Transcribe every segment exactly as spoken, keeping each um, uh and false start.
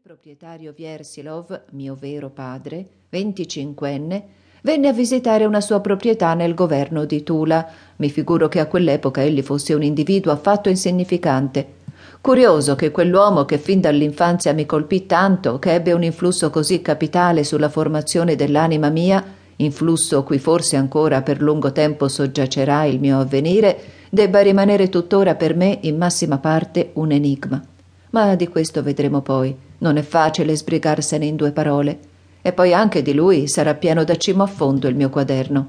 proprietario Vjersilov, mio vero padre, venticinquenne, venne a visitare una sua proprietà nel governo di Tula. Mi figuro che a quell'epoca egli fosse un individuo affatto insignificante. Curioso che quell'uomo che fin dall'infanzia mi colpì tanto, che ebbe un influsso così capitale sulla formazione dell'anima mia, influsso cui forse ancora per lungo tempo soggiacerà il mio avvenire, debba rimanere tuttora per me in massima parte un enigma. Ma di questo vedremo poi. Non è facile sbrigarsene in due parole. E poi anche di lui sarà pieno da cimo a fondo il mio quaderno.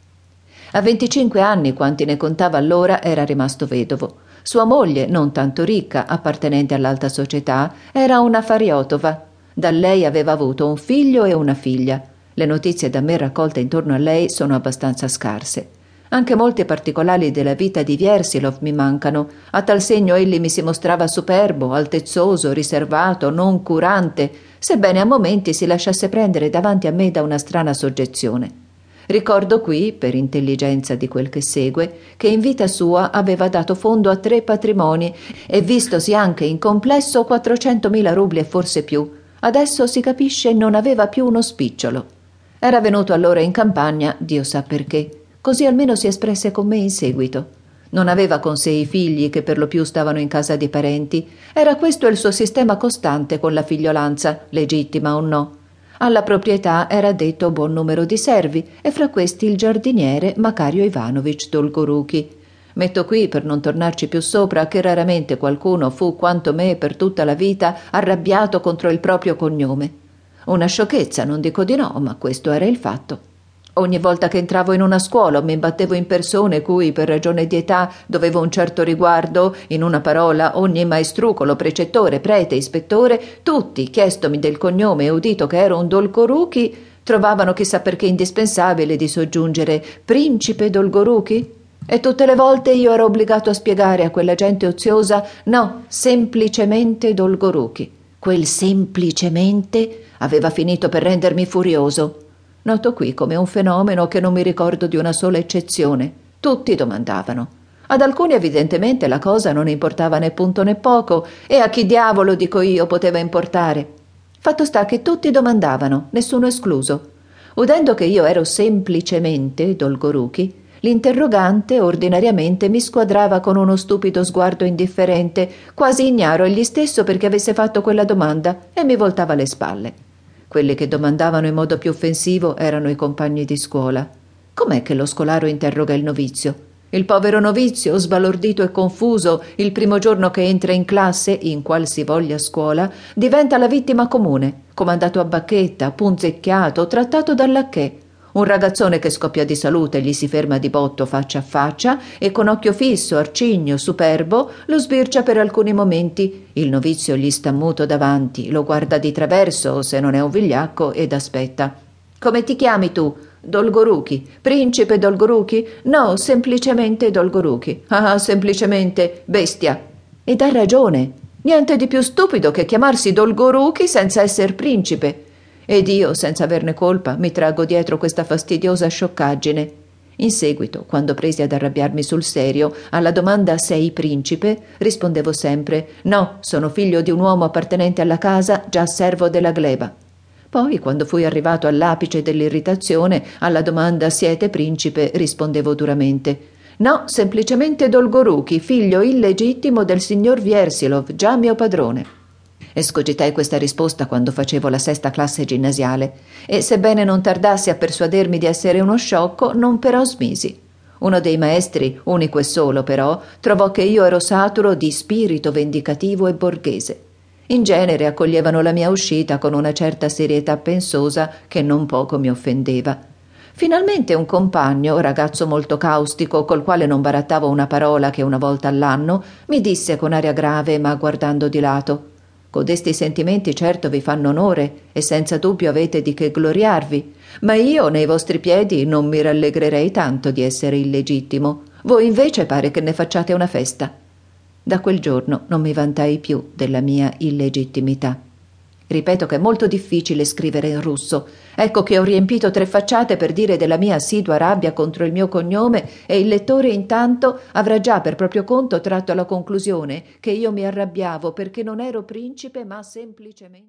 A venticinque anni, quanti ne contava allora, era rimasto vedovo. Sua moglie, non tanto ricca, appartenente all'alta società, era una Fariotova. Da lei aveva avuto un figlio e una figlia. Le notizie da me raccolte intorno a lei sono abbastanza scarse. Anche molti particolari della vita di Vjersilov mi mancano. A tal segno egli mi si mostrava superbo, altezzoso, riservato, non curante, sebbene a momenti si lasciasse prendere davanti a me da una strana soggezione. Ricordo qui, per intelligenza di quel che segue, che in vita sua aveva dato fondo a tre patrimoni e vistosi anche in complesso quattrocentomila rubli e forse più. Adesso si capisce non aveva più uno spicciolo. Era venuto allora in campagna, Dio sa perché. Così almeno si espresse con me in seguito. Non aveva con sé i figli, che per lo più stavano in casa di parenti. Era questo il suo sistema costante con la figliolanza, legittima o no. Alla proprietà era detto buon numero di servi, e fra questi il giardiniere Macario Ivanovich Dolgoruki. Metto qui, per non tornarci più sopra, che raramente qualcuno fu quanto me per tutta la vita arrabbiato contro il proprio cognome. Una sciocchezza, non dico di no, ma questo era il fatto. Ogni volta che entravo in una scuola o mi imbattevo in persone cui, per ragione di età, dovevo un certo riguardo, in una parola, ogni maestrucolo, precettore, prete, ispettore, tutti, chiestomi del cognome e udito che ero un Dolgoruki, trovavano chissà perché indispensabile di soggiungere «Principe Dolgoruki?» E tutte le volte io ero obbligato a spiegare a quella gente oziosa «No, semplicemente Dolgoruki». Quel semplicemente aveva finito per rendermi furioso. Noto qui come un fenomeno che non mi ricordo di una sola eccezione. Tutti domandavano. Ad alcuni evidentemente la cosa non importava né punto né poco, e a chi diavolo, dico io, poteva importare. Fatto sta che tutti domandavano, nessuno escluso. Udendo che io ero semplicemente Dolgoruki, l'interrogante ordinariamente mi squadrava con uno stupido sguardo indifferente, quasi ignaro egli stesso perché avesse fatto quella domanda, e mi voltava le spalle. Quelli che domandavano in modo più offensivo erano i compagni di scuola. Com'è che lo scolaro interroga il novizio? Il povero novizio, sbalordito e confuso, il primo giorno che entra in classe, in qualsivoglia scuola, diventa la vittima comune, comandato a bacchetta, punzecchiato, trattato da lacchè. Un ragazzone che scoppia di salute gli si ferma di botto faccia a faccia e con occhio fisso, arcigno, superbo, lo sbircia per alcuni momenti. Il novizio gli sta muto davanti, lo guarda di traverso, se non è un vigliacco, ed aspetta. «Come ti chiami tu?» «Dolgoruki. Principe Dolgoruki?» «No, semplicemente Dolgoruki». «Ah, semplicemente bestia». Ed ha ragione. Niente di più stupido che chiamarsi Dolgoruki senza esser principe. Ed io, senza averne colpa, mi traggo dietro questa fastidiosa scioccaggine. In seguito, quando presi ad arrabbiarmi sul serio, alla domanda «Sei principe?» rispondevo sempre «No, sono figlio di un uomo appartenente alla casa, già servo della gleba». Poi, quando fui arrivato all'apice dell'irritazione, alla domanda «Siete principe?» rispondevo duramente «No, semplicemente Dolgoruki, figlio illegittimo del signor Vjersilov, già mio padrone». Escogitai questa risposta quando facevo la sesta classe ginnasiale e, sebbene non tardassi a persuadermi di essere uno sciocco, non però smisi. Uno dei maestri, unico e solo però, trovò che io ero saturo di spirito vendicativo e borghese. In genere accoglievano la mia uscita con una certa serietà pensosa che non poco mi offendeva. Finalmente un compagno, ragazzo molto caustico, col quale non barattavo una parola che una volta all'anno, mi disse con aria grave ma guardando di lato: «Codesti sentimenti certo vi fanno onore e senza dubbio avete di che gloriarvi, ma io nei vostri piedi non mi rallegrerei tanto di essere illegittimo. Voi invece pare che ne facciate una festa». Da quel giorno non mi vantai più della mia illegittimità. Ripeto che è molto difficile scrivere in russo. Ecco che ho riempito tre facciate per dire della mia assidua rabbia contro il mio cognome, e il lettore intanto avrà già per proprio conto tratto la conclusione che io mi arrabbiavo perché non ero principe ma semplicemente